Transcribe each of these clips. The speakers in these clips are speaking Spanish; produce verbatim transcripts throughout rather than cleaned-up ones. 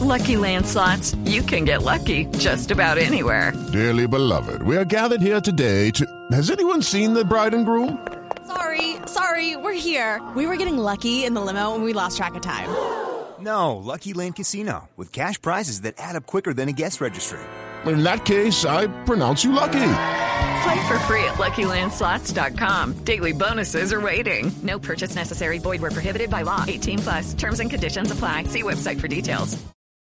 Lucky Land Slots, you can get lucky just about anywhere. Dearly beloved, we are gathered here today to... Has anyone seen the bride and groom? Sorry, sorry, we're here. We were getting lucky in the limo and we lost track of time. No, Lucky Land Casino, with cash prizes that add up quicker than a guest registry. In that case, I pronounce you lucky. Play for free at Lucky Land Slots dot com. Daily bonuses are waiting. No purchase necessary. Void where prohibited by law. eighteen plus. Terms and conditions apply. See website for details.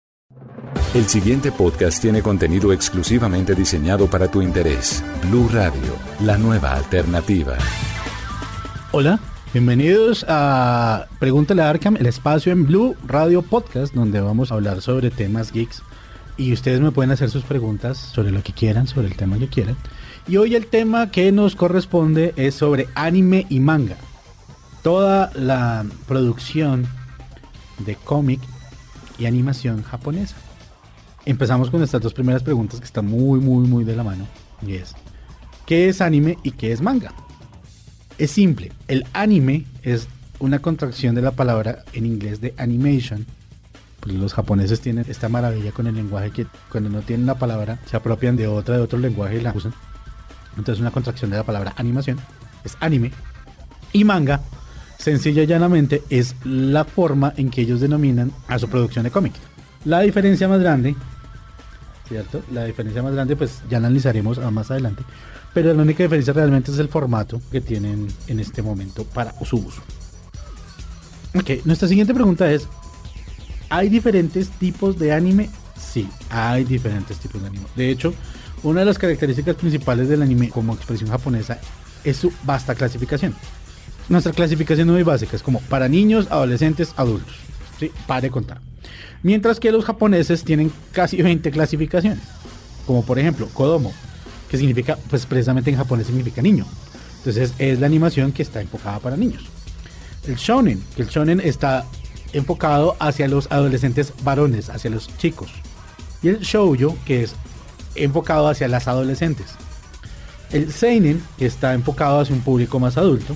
El siguiente podcast tiene contenido exclusivamente diseñado para tu interés. Blue Radio, la nueva alternativa. Hola, bienvenidos a Pregúntale a Arkham, el espacio en Blue Radio Podcast, donde vamos a hablar sobre temas geeks. Y ustedes me pueden hacer sus preguntas sobre lo que quieran, sobre el tema que quieran. Y hoy el tema que nos corresponde es sobre anime y manga. Toda la producción de cómic y animación japonesa. Empezamos con estas dos primeras preguntas que están muy, muy, muy de la mano. Y es, ¿qué es anime y qué es manga? Es simple. El anime es una contracción de la palabra en inglés de animation. Pues los japoneses tienen esta maravilla con el lenguaje que cuando no tienen la palabra se apropian de otra, de otro lenguaje y la usan. Entonces una contracción de la palabra animación es anime. Y manga, sencilla y llanamente, es la forma en que ellos denominan a su producción de cómic. La diferencia más grande, ¿cierto? La diferencia más grande pues ya la analizaremos más adelante. Pero la única diferencia realmente es el formato que tienen en este momento para su uso. Ok, nuestra siguiente pregunta es, ¿hay diferentes tipos de anime? Sí, hay diferentes tipos de anime. De hecho, una de las características principales del anime como expresión japonesa es su vasta clasificación. Nuestra clasificación es muy básica, es como para niños, adolescentes, adultos. ¿Sí? Para de contar. Mientras que los japoneses tienen casi veinte clasificaciones. Como por ejemplo, Kodomo, que significa, pues precisamente en japonés significa niño. Entonces es la animación que está enfocada para niños. El Shonen, que el Shonen está enfocado hacia los adolescentes varones, hacia los chicos. Y el Shoujo, que es enfocado hacia las adolescentes. El Seinen, que está enfocado hacia un público más adulto.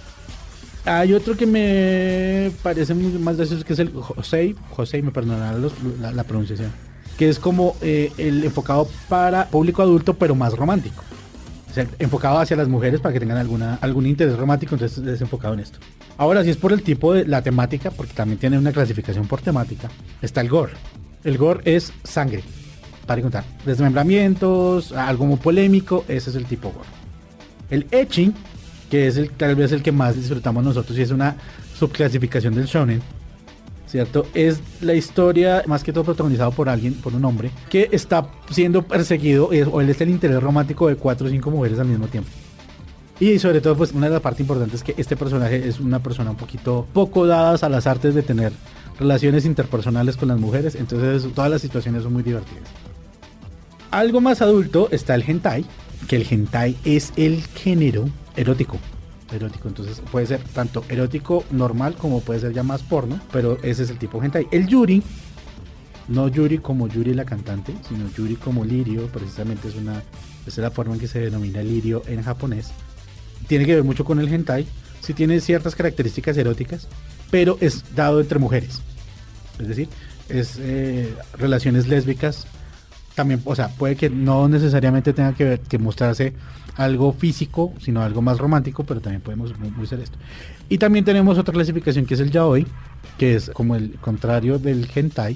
Hay otro que me parece muy más gracioso, que es el Josei, Josei, me perdonarán los, la, la pronunciación, que es como eh, el enfocado para público adulto, pero más romántico. O sea, enfocado hacia las mujeres para que tengan alguna, algún interés romántico, entonces es enfocado en esto. Ahora, si es por el tipo de la temática, porque también tiene una clasificación por temática, está el gore. El gore es sangre, para contar. Desmembramientos, algo muy polémico, ese es el tipo gore. El ecchi, que es el, tal vez el que más disfrutamos nosotros y es una subclasificación del shonen, ¿cierto? Es la historia más que todo protagonizado por alguien, por un hombre, que está siendo perseguido, o él es el interés romántico de cuatro o cinco mujeres al mismo tiempo. Y sobre todo, pues una de las partes importantes es que este personaje es una persona un poquito poco dadas a las artes de tener relaciones interpersonales con las mujeres, entonces todas las situaciones son muy divertidas. Algo más adulto está el hentai, que el hentai es el género erótico. Erótico, entonces puede ser tanto erótico normal como puede ser ya más porno, pero ese es el tipo hentai. El yuri, no yuri como Yuri la cantante, sino yuri como lirio, precisamente es una esa es la forma en que se denomina lirio en japonés. Tiene que ver mucho con el hentai, sí tiene ciertas características eróticas, pero es dado entre mujeres, es decir, es eh, relaciones lésbicas. También, o sea, puede que no necesariamente tenga que ver, que mostrarse algo físico, sino algo más romántico, pero también podemos muy, muy ser esto. Y también tenemos otra clasificación que es el yaoi, que es como el contrario del hentai,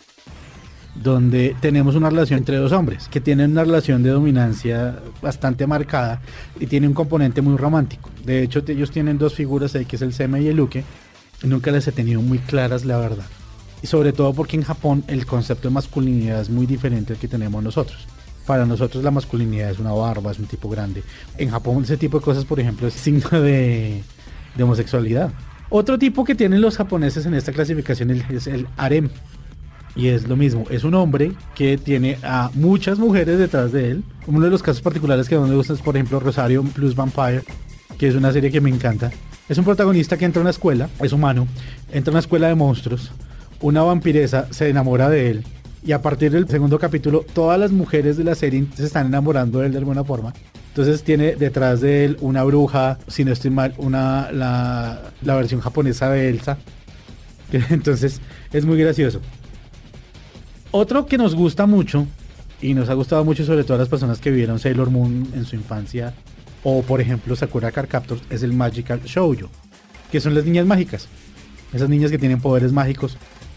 donde tenemos una relación entre dos hombres, que tienen una relación de dominancia bastante marcada y tiene un componente muy romántico. De hecho, ellos tienen dos figuras ahí, que es el seme y el uke, y nunca les he tenido muy claras, la verdad. Y sobre todo porque en Japón el concepto de masculinidad es muy diferente al que tenemos nosotros. Para nosotros la masculinidad es una barba, es un tipo grande. En Japón ese tipo de cosas, por ejemplo, es signo de, de homosexualidad. Otro tipo que tienen los japoneses en esta clasificación es el harem. Y es lo mismo, es un hombre que tiene a muchas mujeres detrás de él. Uno de los casos particulares que a mí me gusta es, por ejemplo, Rosario Plus Vampire, que es una serie que me encanta. Es un protagonista que entra a una escuela, es humano, entra a una escuela de monstruos. Una vampiresa se enamora de él y a partir del segundo capítulo todas las mujeres de la serie se están enamorando de él de alguna forma. Entonces tiene detrás de él una bruja, si no estoy mal, una, la, la versión japonesa de Elsa. Entonces es muy gracioso. Otro que nos gusta mucho, y nos ha gustado mucho sobre todo a las personas que vivieron Sailor Moon en su infancia, o por ejemplo Sakura Card Captors, es el Magical Shoujo, que son las niñas mágicas, esas niñas que tienen poderes mágicos.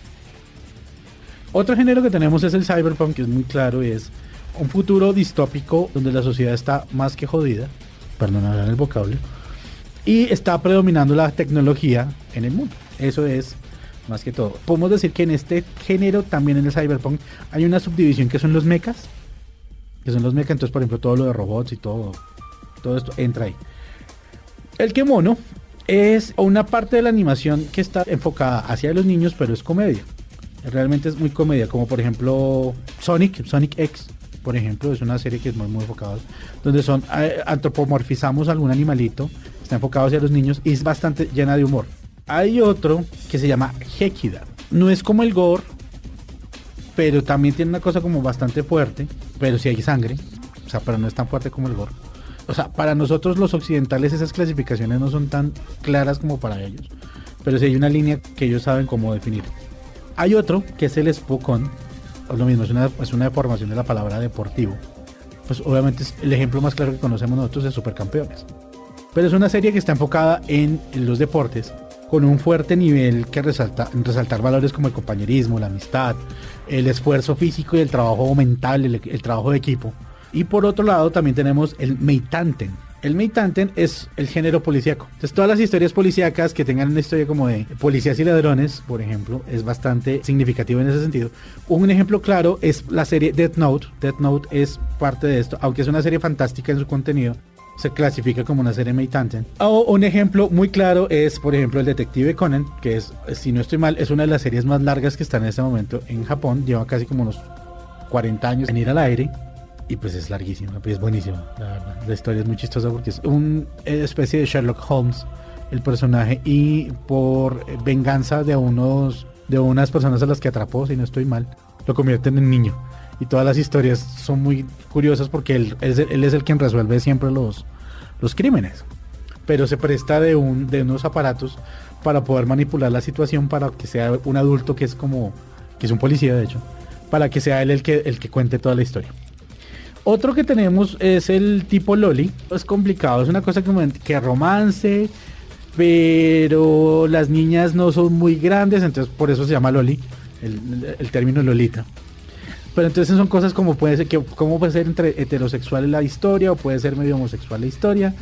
Otro género que tenemos es el cyberpunk, que es muy claro, y es un futuro distópico donde la sociedad está más que jodida, perdonarán el vocablo, y está predominando la tecnología en el mundo. Eso es más que todo. Podemos decir que en este género, también en el cyberpunk, hay una subdivisión que son los mechas, que son los mechas, entonces por ejemplo todo lo de robots y todo, todo esto entra ahí. El kemono es una parte de la animación que está enfocada hacia los niños, pero es comedia. Realmente es muy comedia, como por ejemplo Sonic, Sonic X, por ejemplo, es una serie que es muy muy enfocada, donde son eh, antropomorfizamos algún animalito, está enfocado hacia los niños y es bastante llena de humor. Hay otro que se llama Hekida, no es como el gore, pero también tiene una cosa como bastante fuerte, pero sí hay sangre, o sea, pero no es tan fuerte como el gore. O sea, para nosotros los occidentales esas clasificaciones no son tan claras como para ellos, pero sí hay una línea que ellos saben cómo definir. Hay otro que es el Spokon, es lo mismo, es una, es una deformación de la palabra deportivo. Pues obviamente es el ejemplo más claro que conocemos nosotros de Supercampeones. Pero es una serie que está enfocada en, en los deportes, con un fuerte nivel que resalta resaltar valores como el compañerismo, la amistad, el esfuerzo físico y el trabajo mental, el, el trabajo de equipo. Y por otro lado también tenemos el Meitanten. El Meitanten es el género policíaco. Entonces todas las historias policíacas que tengan una historia como de policías y ladrones, por ejemplo, es bastante significativo en ese sentido. Un ejemplo claro es la serie Death Note. Death Note es parte de esto, aunque es una serie fantástica en su contenido, se clasifica como una serie Meitanten. O un ejemplo muy claro es, por ejemplo, el Detective Conan, que es, si no estoy mal, es una de las series más largas que están en este momento en Japón. Lleva casi como unos cuarenta años en ir al aire. Y pues es larguísima, es buenísima, la verdad. La historia es muy chistosa porque es una especie de Sherlock Holmes, el personaje, y por venganza de unos de unas personas a las que atrapó, si no estoy mal, lo convierten en niño. Y todas las historias son muy curiosas porque él, él, es, el, él es el quien resuelve siempre los, los crímenes. Pero se presta de, un, de unos aparatos para poder manipular la situación para que sea un adulto que es como, que es un policía de hecho, para que sea él el que, el que cuente toda la historia. Otro que tenemos es el tipo Loli. Es complicado, es una cosa como que romance, pero las niñas no son muy grandes, entonces por eso se llama Loli, el, el término Lolita. Pero entonces son cosas como puede ser que como puede ser entre heterosexual la historia o puede ser medio homosexual la historia,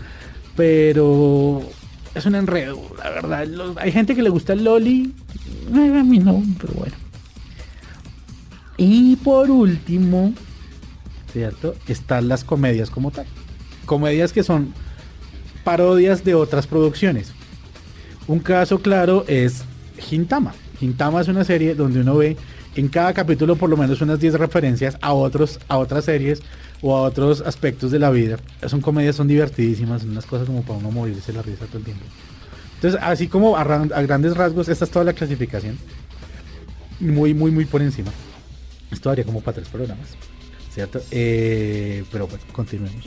pero es un enredo, la verdad. Los, hay gente que le gusta el Loli, a mí no, pero bueno. Y por último, ¿cierto? Están las comedias como tal. Comedias que son parodias de otras producciones. Un caso claro es Gintama. Gintama es una serie donde uno ve en cada capítulo por lo menos unas diez referencias a otros, a otras series o a otros aspectos de la vida. Son comedias, son divertidísimas, son unas cosas como para uno morirse la risa todo el tiempo. Entonces, así como a, a grandes rasgos, esta es toda la clasificación. Muy, muy, muy por encima. Esto daría como para tres programas, ¿cierto? Eh, pero bueno, continuemos.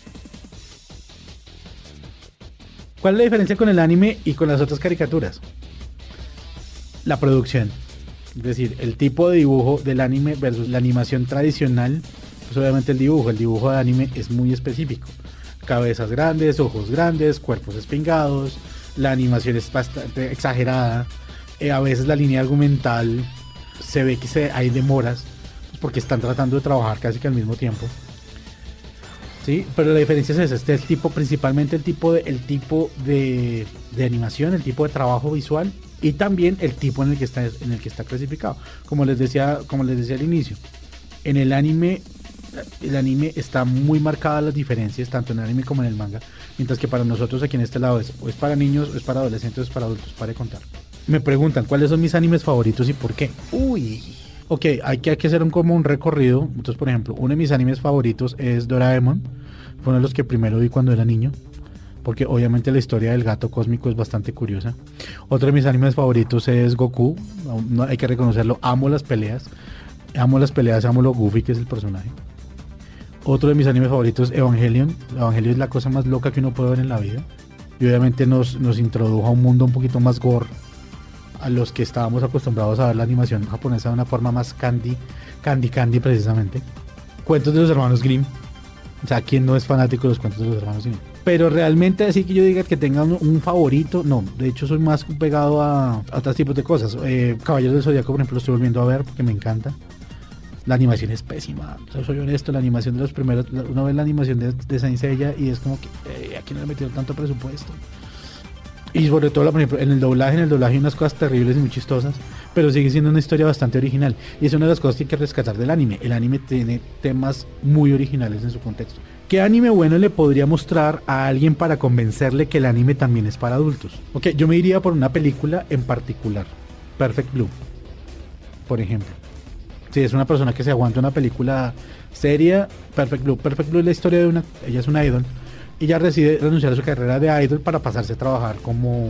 ¿Cuál es la diferencia con el anime y con las otras caricaturas? La producción. Es decir, el tipo de dibujo del anime versus la animación tradicional. Pues obviamente el dibujo, el dibujo de anime es muy específico. Cabezas grandes, ojos grandes, cuerpos espingados. La animación es bastante exagerada. Eh, a veces la línea argumental se ve que se, hay demoras, porque están tratando de trabajar casi que al mismo tiempo. Sí, pero la diferencia es esa, este es el tipo, principalmente el tipo de, el tipo de, de animación, el tipo de trabajo visual y también el tipo en el que está en el que está clasificado. Como les decía, como les decía al inicio, en el anime el anime está muy marcadas las diferencias tanto en el anime como en el manga, mientras que para nosotros aquí en este lado es o es para niños, o es para adolescentes, o es para adultos, para contar. Me preguntan cuáles son mis animes favoritos y por qué. Uy. Ok, hay que, hay que hacer un, como un recorrido. Entonces, por ejemplo, uno de mis animes favoritos es Doraemon. Fue uno de los que primero vi cuando era niño, porque obviamente la historia del gato cósmico es bastante curiosa. Otro de mis animes favoritos es Goku. No, hay que reconocerlo, amo las peleas. Amo las peleas, amo lo goofy que es el personaje. Otro de mis animes favoritos es Evangelion. Evangelion es la cosa más loca que uno puede ver en la vida. Y obviamente nos, nos introdujo a un mundo un poquito más gore a los que estábamos acostumbrados a ver la animación japonesa de una forma más candy, candy, candy precisamente. Cuentos de los hermanos Grimm. O sea, ¿quién no es fanático de los cuentos de los hermanos Grimm? Pero realmente así que yo diga que tenga un, un favorito, no. De hecho soy más pegado a, a otros tipos de cosas. Eh, Caballeros del Zodiaco, por ejemplo, lo estoy volviendo a ver porque me encanta. La animación es pésima, o sea, soy honesto, la animación de los primeros, uno ve la animación de, de Saint Seiya y es como que eh, aquí no le metieron tanto presupuesto. Y sobre todo, por ejemplo, en el doblaje, en el doblaje hay unas cosas terribles y muy chistosas, pero sigue siendo una historia bastante original. Y es una de las cosas que hay que rescatar del anime. El anime tiene temas muy originales en su contexto. ¿Qué anime bueno le podría mostrar a alguien para convencerle que el anime también es para adultos? Ok, yo me iría por una película en particular, Perfect Blue, por ejemplo. Si es una persona que se aguanta una película seria, Perfect Blue. Perfect Blue es la historia de una... Ella es una idol y ella decide renunciar a su carrera de idol para pasarse a trabajar como,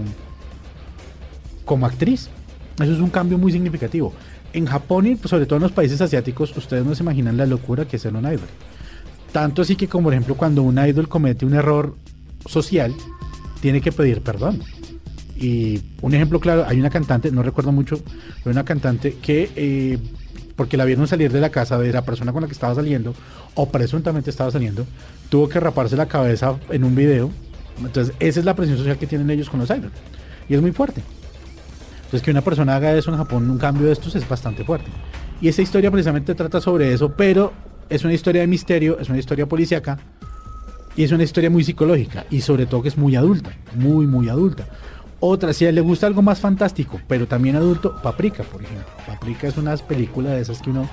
como actriz. Eso es un cambio muy significativo. En Japón y sobre todo en los países asiáticos, ustedes no se imaginan la locura que es ser un idol. Tanto así que, como por ejemplo, cuando un idol comete un error social, tiene que pedir perdón. Y un ejemplo claro, hay una cantante, no recuerdo mucho, pero una cantante que... Eh, porque la vieron salir de la casa de la persona con la que estaba saliendo, o presuntamente estaba saliendo, tuvo que raparse la cabeza en un video. Entonces esa es la presión social que tienen ellos con los idols, y es muy fuerte. Entonces que una persona haga eso en Japón, un cambio de estos, es bastante fuerte. Y esa historia precisamente trata sobre eso, pero es una historia de misterio, es una historia policíaca, y es una historia muy psicológica, y sobre todo que es muy adulta, muy muy adulta. Otra, si a él le gusta algo más fantástico, pero también adulto, Paprika, por ejemplo. Paprika es una película de esas que uno...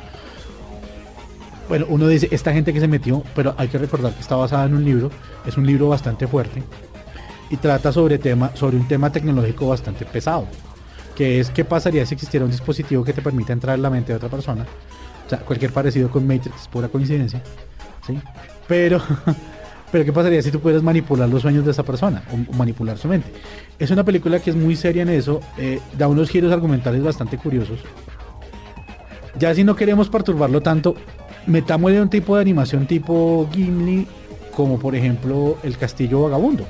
Bueno, uno dice, esta gente que se metió, pero hay que recordar que está basada en un libro, es un libro bastante fuerte, y trata sobre, tema, sobre un tema tecnológico bastante pesado, que es qué pasaría si existiera un dispositivo que te permita entrar en la mente de otra persona. O sea, cualquier parecido con Matrix es pura coincidencia, ¿sí? Pero... Pero ¿qué pasaría si tú pudieras manipular los sueños de esa persona o manipular su mente? Es una película que es muy seria en eso, eh, da unos giros argumentales bastante curiosos. Ya si no queremos perturbarlo tanto, metámosle un tipo de animación tipo Gimli, como por ejemplo El Castillo Vagabundo.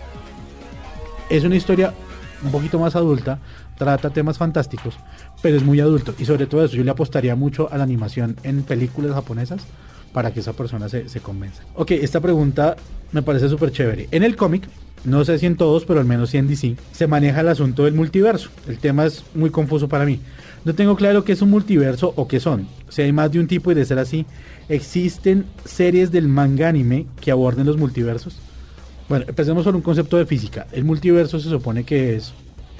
Es una historia un poquito más adulta, trata temas fantásticos, pero es muy adulto. Y sobre todo eso, yo le apostaría mucho a la animación en películas japonesas para que esa persona se, se convenza. Ok, esta pregunta me parece súper chévere. En el cómic, no sé si en todos, pero al menos sí en D C, se maneja el asunto del multiverso. El tema es muy confuso para mí. No tengo claro qué es un multiverso o qué son. Si hay más de un tipo y de ser así, ¿existen series del manga anime que aborden los multiversos? Bueno, empecemos por un concepto de física. El multiverso se supone que es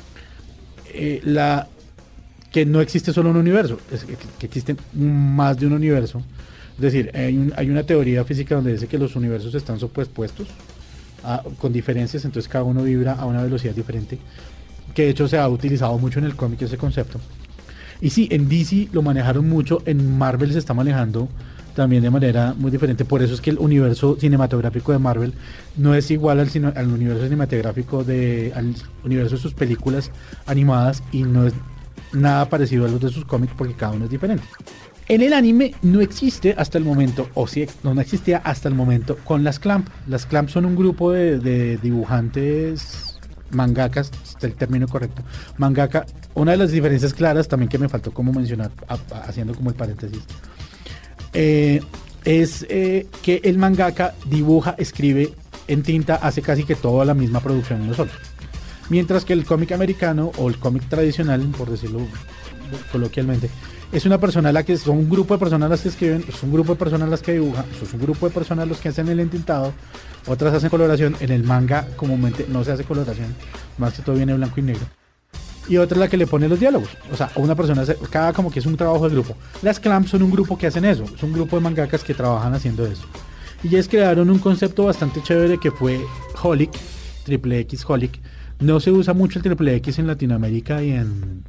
eh, la que no existe solo un universo, es que, que existen más de un universo. Es decir, hay, un, hay una teoría física donde dice que los universos están superpuestos a, con diferencias, entonces cada uno vibra a una velocidad diferente, que de hecho se ha utilizado mucho en el cómic ese concepto. Y sí, en D C lo manejaron mucho, en Marvel se está manejando también de manera muy diferente, por eso es que el universo cinematográfico de Marvel no es igual al, cine, al universo cinematográfico de, al universo de sus películas animadas, y no es nada parecido a los de sus cómics porque cada uno es diferente. En el anime no existe hasta el momento, o sí, no, no existía hasta el momento con las Clamp. Las Clamp son un grupo de, de dibujantes, mangakas, es el término correcto, mangaka. Una de las diferencias claras también que me faltó como mencionar, a, a, haciendo como el paréntesis, eh, es eh, que el mangaka dibuja, escribe en tinta, hace casi que toda la misma producción en uno solo. Mientras que el cómic americano, o el cómic tradicional, por decirlo coloquialmente, es una persona a la que son un grupo de personas las que escriben, es un grupo de personas las que dibujan, es un grupo de personas los que hacen el entintado, otras hacen coloración. En el manga comúnmente no se hace coloración, más que todo viene blanco y negro. Y otra es la que le pone los diálogos. O sea, una persona hace, cada como que es un trabajo de grupo. Las Clamp son un grupo que hacen eso, es un grupo de mangakas que trabajan haciendo eso. Y ellos crearon un concepto bastante chévere que fue Holic, triple X Holic. No se usa mucho el triple X en Latinoamérica y en...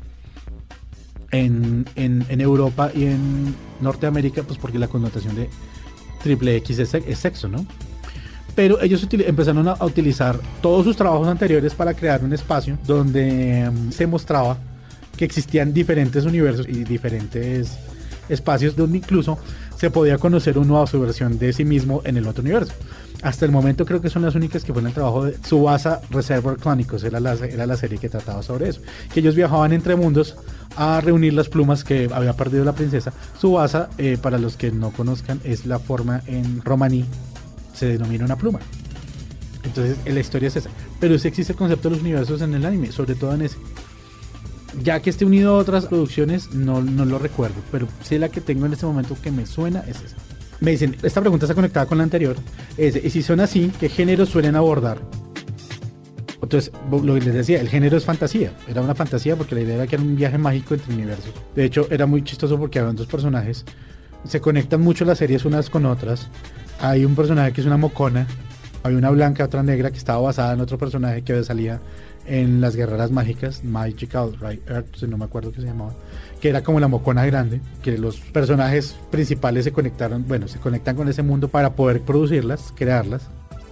En, en, en Europa y en Norteamérica, pues porque la connotación de triple X es, es sexo, ¿no? Pero ellos util- empezaron a, a utilizar todos sus trabajos anteriores para crear un espacio donde um, se mostraba que existían diferentes universos y diferentes espacios donde incluso se podía conocer uno a su versión de sí mismo en el otro universo. Hasta el momento creo que son las únicas que fueron el trabajo de Tsubasa Reservoir Chronicles, era la, era la serie que trataba sobre eso, que ellos viajaban entre mundos a reunir las plumas que había perdido la princesa. Tsubasa, eh, para los que no conozcan, es la forma en romaní, se denomina una pluma. Entonces la historia es esa, pero sí existe el concepto de los universos en el anime, sobre todo en ese. Ya que esté unido a otras producciones, no, no lo recuerdo, pero sí la que tengo en este momento que me suena es esa. Me dicen, esta pregunta está conectada con la anterior, es, y si son así, ¿qué géneros suelen abordar? Entonces, lo que les decía, el género es fantasía, era una fantasía porque la idea era que era un viaje mágico entre universos. De hecho, era muy chistoso porque habían dos personajes, se conectan mucho las series unas con otras. Hay un personaje que es una mocona, hay una blanca, otra negra que estaba basada en otro personaje que salía en las guerreras mágicas, Magical Right Earth, no me acuerdo qué se llamaba, que era como la mocona grande, que los personajes principales se conectaron, bueno, se conectan con ese mundo para poder producirlas, crearlas.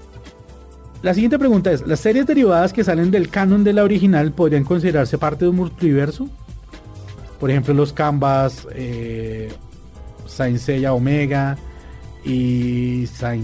La siguiente pregunta es, ¿las series derivadas que salen del canon de la original podrían considerarse parte de un multiverso? Por ejemplo, los Canvas, eh, Saint Seiya Omega y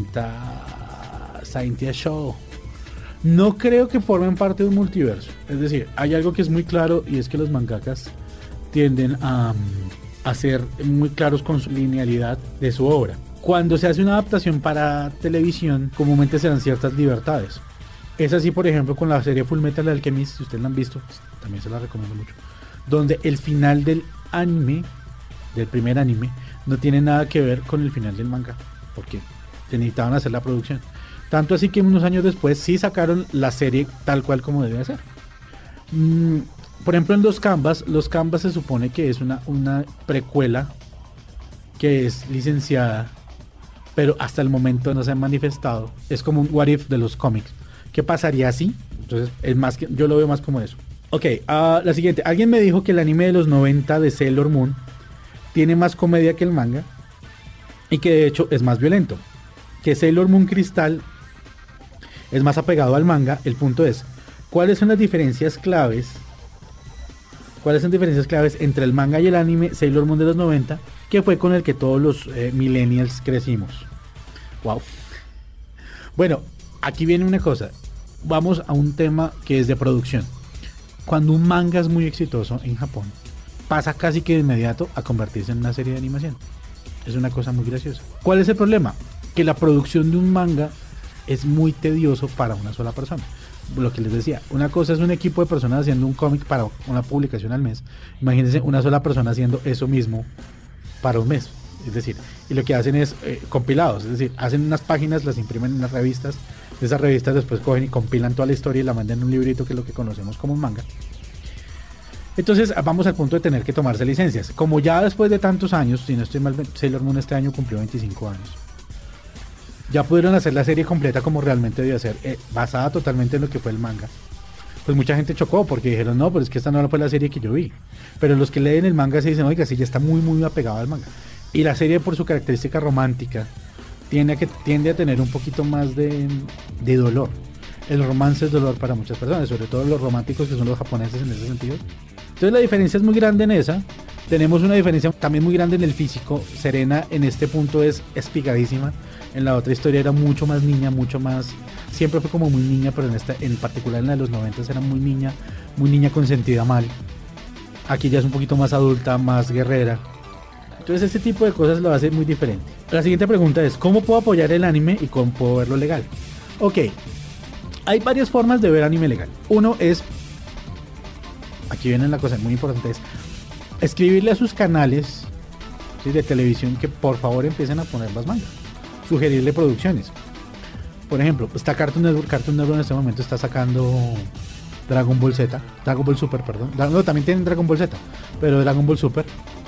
Sainta Saintia Show. No creo que formen parte de un multiverso. Es decir, hay algo que es muy claro y es que los mangakas tienden a, a ser muy claros con su linealidad de su obra. Cuando se hace una adaptación para televisión, comúnmente se dan ciertas libertades. Es así, por ejemplo, con la serie Fullmetal Alchemist, si ustedes la han visto, también se la recomiendo mucho, donde el final del anime, del primer anime, no tiene nada que ver con el final del manga, porque necesitaban hacer la producción. Tanto así que unos años después sí sacaron la serie tal cual como debe ser. Mm, por ejemplo, en los Canvas, los Canvas se supone que es una, una precuela que es licenciada, pero hasta el momento no se ha manifestado. Es como un what if de los cómics. ¿Qué pasaría así? Entonces, es más que, yo lo veo más como eso. Ok, uh, la siguiente. Alguien me dijo que el anime de los noventa de Sailor Moon tiene más comedia que el manga y que de hecho es más violento. Que Sailor Moon Crystal es más apegado al manga. El punto es, ¿cuáles son las diferencias claves? ¿Cuáles son las diferencias claves entre el manga y el anime Sailor Moon de los noventa, que fue con el que todos los eh, millennials crecimos? Wow. Bueno, aquí viene una cosa. Vamos a un tema que es de producción. Cuando un manga es muy exitoso en Japón, pasa casi que de inmediato a convertirse en una serie de animación. Es una cosa muy graciosa. ¿Cuál es el problema? Que la producción de un manga es muy tedioso para una sola persona. Lo que les decía, una cosa es un equipo de personas haciendo un cómic para una publicación al mes. Imagínense una sola persona haciendo eso mismo para un mes. Es decir, y lo que hacen es eh, compilados, es decir, hacen unas páginas, las imprimen en unas revistas, de esas revistas después cogen y compilan toda la historia y la mandan en un librito que es lo que conocemos como un manga. Entonces vamos al punto de tener que tomarse licencias. Como ya después de tantos años, si no estoy mal, Sailor Moon este año cumplió veinticinco años. Ya pudieron hacer la serie completa como realmente debió ser, eh, basada totalmente en lo que fue el manga. Pues mucha gente chocó porque dijeron, no, pero es que esta no fue la serie que yo vi. Pero los que leen el manga se dicen, oiga, sí, ya está muy, muy apegado al manga. Y la serie, por su característica romántica, tiende a, que, tiende a tener un poquito más de, de dolor. El romance es dolor para muchas personas, sobre todo los románticos que son los japoneses en ese sentido. Entonces la diferencia es muy grande en esa. Tenemos una diferencia también muy grande en el físico. Serena en este punto es espigadísima. En la otra historia era mucho más niña, mucho más... Siempre fue como muy niña, pero en esta, en particular en la de los noventa era muy niña, muy niña consentida mal. Aquí ya es un poquito más adulta, más guerrera. Entonces este tipo de cosas lo hace muy diferente. La siguiente pregunta es, ¿cómo puedo apoyar el anime y cómo puedo verlo legal? Ok, hay varias formas de ver anime legal. Uno es, aquí viene la cosa muy importante, es escribirle a sus canales, ¿sí?, de televisión que por favor empiecen a poner las mangas. Sugerirle producciones. Por ejemplo, está Cartoon Network. Cartoon Network en este momento está sacando Dragon Ball Z, Dragon Ball Super, perdón. No, también tienen Dragon Ball Z, pero Dragon Ball Super.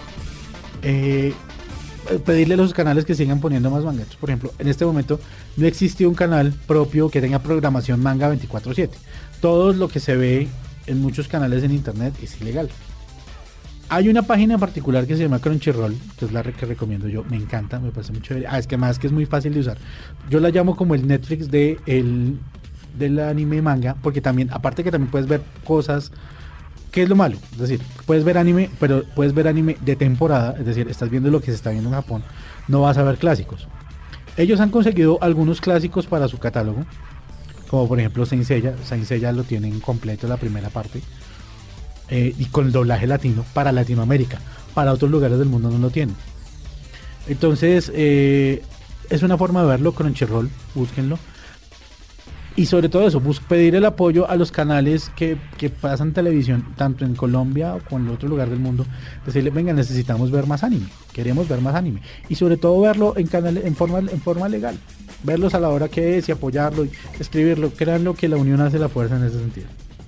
Eh, pedirle a los canales que sigan poniendo más mangas. Por ejemplo, en este momento no existe un canal propio que tenga programación manga veinticuatro siete. Todo lo que se ve en muchos canales en internet es ilegal. Hay una página en particular que se llama Crunchyroll, que es la que recomiendo yo, me encanta, me parece muy chévere. Ah, es que más que es muy fácil de usar. Yo la llamo como el Netflix de el, del anime manga, porque también, aparte que también puedes ver cosas ¿qué es lo malo? Es decir, puedes ver anime, pero puedes ver anime de temporada, es decir, estás viendo lo que se está viendo en Japón, no vas a ver clásicos. Ellos han conseguido algunos clásicos para su catálogo, como por ejemplo Saint Seiya. Saint Seiya lo tienen completo la primera parte, eh, y con el doblaje latino para Latinoamérica. Para otros lugares del mundo no lo tienen. Entonces, eh, es una forma de verlo. Crunchyroll, búsquenlo. Y sobre todo eso, bus pedir el apoyo a los canales que, que pasan televisión, tanto en Colombia o en otro lugar del mundo. Decirle, venga, necesitamos ver más anime, queremos ver más anime. Y sobre todo verlo en canales, en forma, en forma legal. Verlos a la hora que es y apoyarlo, y escribirlo. Créanlo que la unión hace la fuerza en ese sentido.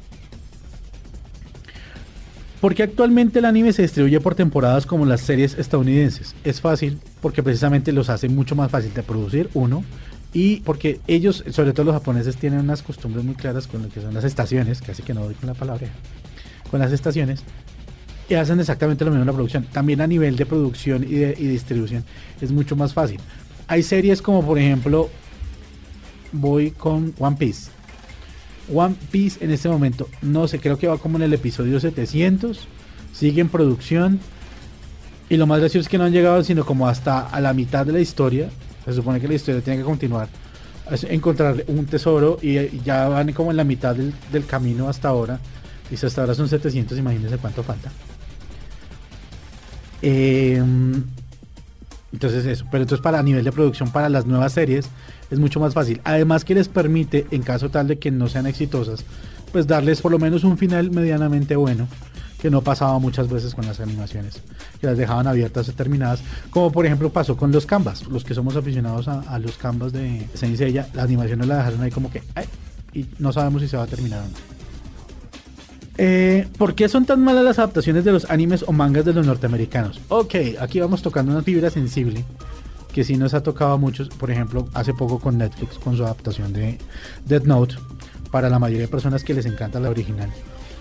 Porque actualmente el anime se distribuye por temporadas como las series estadounidenses. Es fácil porque precisamente los hace mucho más fácil de producir, uno, y porque ellos, sobre todo los japoneses, tienen unas costumbres muy claras con lo que son las estaciones, casi que no doy con la palabra, con las estaciones, y hacen exactamente lo mismo en la producción. También a nivel de producción y de y distribución es mucho más fácil. Hay series como por ejemplo, voy con One Piece. One Piece en este momento, no sé, creo que va como en el episodio setecientos, sigue en producción, y lo más gracioso es que no han llegado sino como hasta a la mitad de la historia. Se supone que la historia tiene que continuar, es encontrar un tesoro, y, y ya van como en la mitad del, del camino hasta ahora, y si hasta ahora son setecientos, imagínense cuánto falta. Eh, entonces eso, pero entonces para a nivel de producción para las nuevas series es mucho más fácil, además que les permite, en caso tal de que no sean exitosas, pues darles por lo menos un final medianamente bueno, que no pasaba muchas veces con las animaciones, que las dejaban abiertas o terminadas, como por ejemplo pasó con los canvas. Los que somos aficionados a, a los canvas de Saint Seiya, la animación la dejaron ahí como que ay, y no sabemos si se va a terminar o no. Eh, ¿Por qué son tan malas las adaptaciones de los animes o mangas de los norteamericanos? Ok, aquí vamos tocando una fibra sensible que sí nos ha tocado a muchos. Por ejemplo, hace poco con Netflix, con su adaptación de Death Note, para la mayoría de personas que les encanta la original.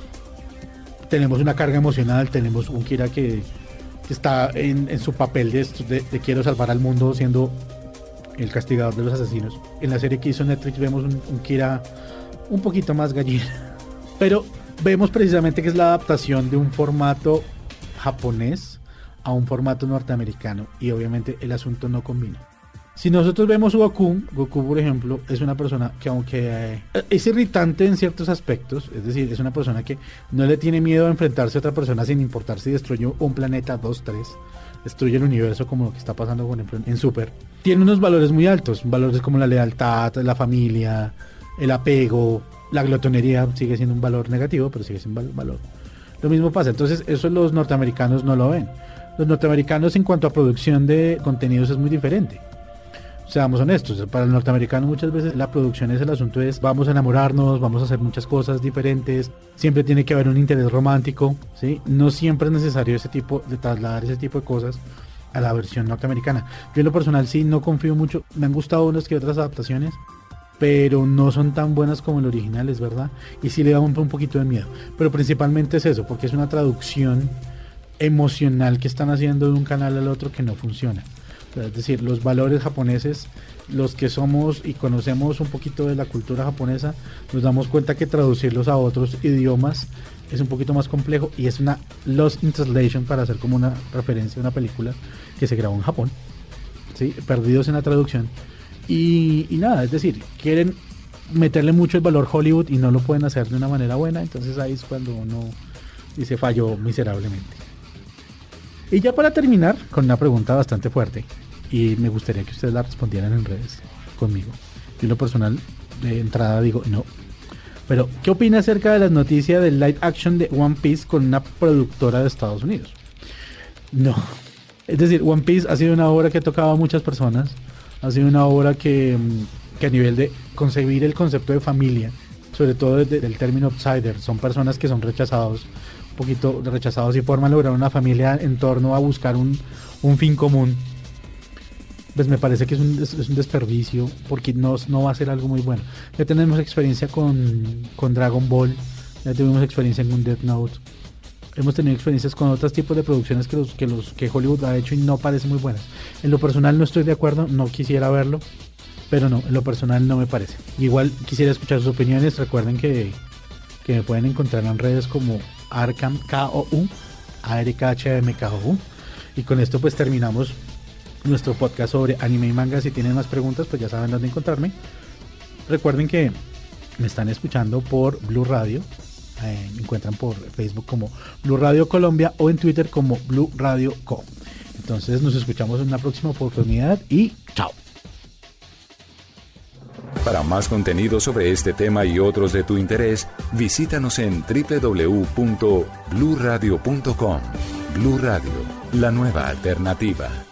Tenemos una carga emocional, tenemos un Kira que, que está en, en su papel de, de, de quiero salvar al mundo siendo el castigador de los asesinos. En la serie que hizo Netflix vemos un, un Kira un poquito más gallina, pero vemos precisamente que es la adaptación de un formato japonés a un formato norteamericano, y obviamente el asunto no combina. Si nosotros vemos Goku, Goku por ejemplo, es una persona que aunque eh, es irritante en ciertos aspectos, es decir, es una persona que no le tiene miedo a enfrentarse a otra persona sin importar si destruye un planeta, dos, tres, destruye el universo como lo que está pasando por ejemplo en Super. Tiene unos valores muy altos, valores como la lealtad, la familia, el apego, la glotonería sigue siendo un valor negativo, pero sigue siendo un valor. Lo mismo pasa, entonces eso los norteamericanos no lo ven. Los norteamericanos en cuanto a producción de contenidos es muy diferente. Seamos honestos, para el norteamericano muchas veces la producción es el asunto, es vamos a enamorarnos, vamos a hacer muchas cosas diferentes, siempre tiene que haber un interés romántico, ¿sí? No siempre es necesario ese tipo de trasladar ese tipo de cosas a la versión norteamericana. Yo en lo personal sí no confío mucho, me han gustado unas que otras adaptaciones, pero no son tan buenas como el original, es verdad, y sí le da un, un poquito de miedo, pero principalmente es eso, porque es una traducción emocional que están haciendo de un canal al otro que no funciona. Es decir, los valores japoneses, los que somos y conocemos un poquito de la cultura japonesa, nos damos cuenta que traducirlos a otros idiomas es un poquito más complejo, y es una Lost in Translation, para hacer como una referencia a una película que se grabó en Japón, ¿sí? Perdidos en la traducción, y, y nada, es decir, quieren meterle mucho el valor Hollywood y no lo pueden hacer de una manera buena, entonces ahí es cuando uno dice falló miserablemente. Y ya para terminar, con una pregunta bastante fuerte, y me gustaría que ustedes la respondieran en redes conmigo. Yo en lo personal, de entrada digo no. Pero, ¿qué opina acerca de las noticias del live action de One Piece con una productora de Estados Unidos? No. Es decir, One Piece ha sido una obra que ha tocado a muchas personas. Ha sido una obra que, que a nivel de concebir el concepto de familia, sobre todo desde el término outsider, son personas que son rechazados, poquito rechazados, y forman lograr una familia en torno a buscar un, un fin común. Pues me parece que es un, es, es un desperdicio, porque no, no va a ser algo muy bueno. Ya tenemos experiencia con, con Dragon Ball, ya tuvimos experiencia con Death Note, hemos tenido experiencias con otros tipos de producciones que los que los que Hollywood ha hecho y no parecen muy buenas. En lo personal no estoy de acuerdo, no quisiera verlo, pero no, en lo personal no me parece. Igual quisiera escuchar sus opiniones. Recuerden que, que me pueden encontrar en redes como Arkham K O U, A R K H A M K O U. Y con esto pues terminamos nuestro podcast sobre anime y manga. Si tienen más preguntas pues ya saben dónde encontrarme. Recuerden que me están escuchando por Blue Radio. Eh, me encuentran por Facebook como Blue Radio Colombia o en Twitter como Blue Radio Co. Entonces nos escuchamos en una próxima oportunidad y chao. Para más contenido sobre este tema y otros de tu interés, visítanos en doble u doble u doble u punto blue radio punto com. Blue Radio, la nueva alternativa.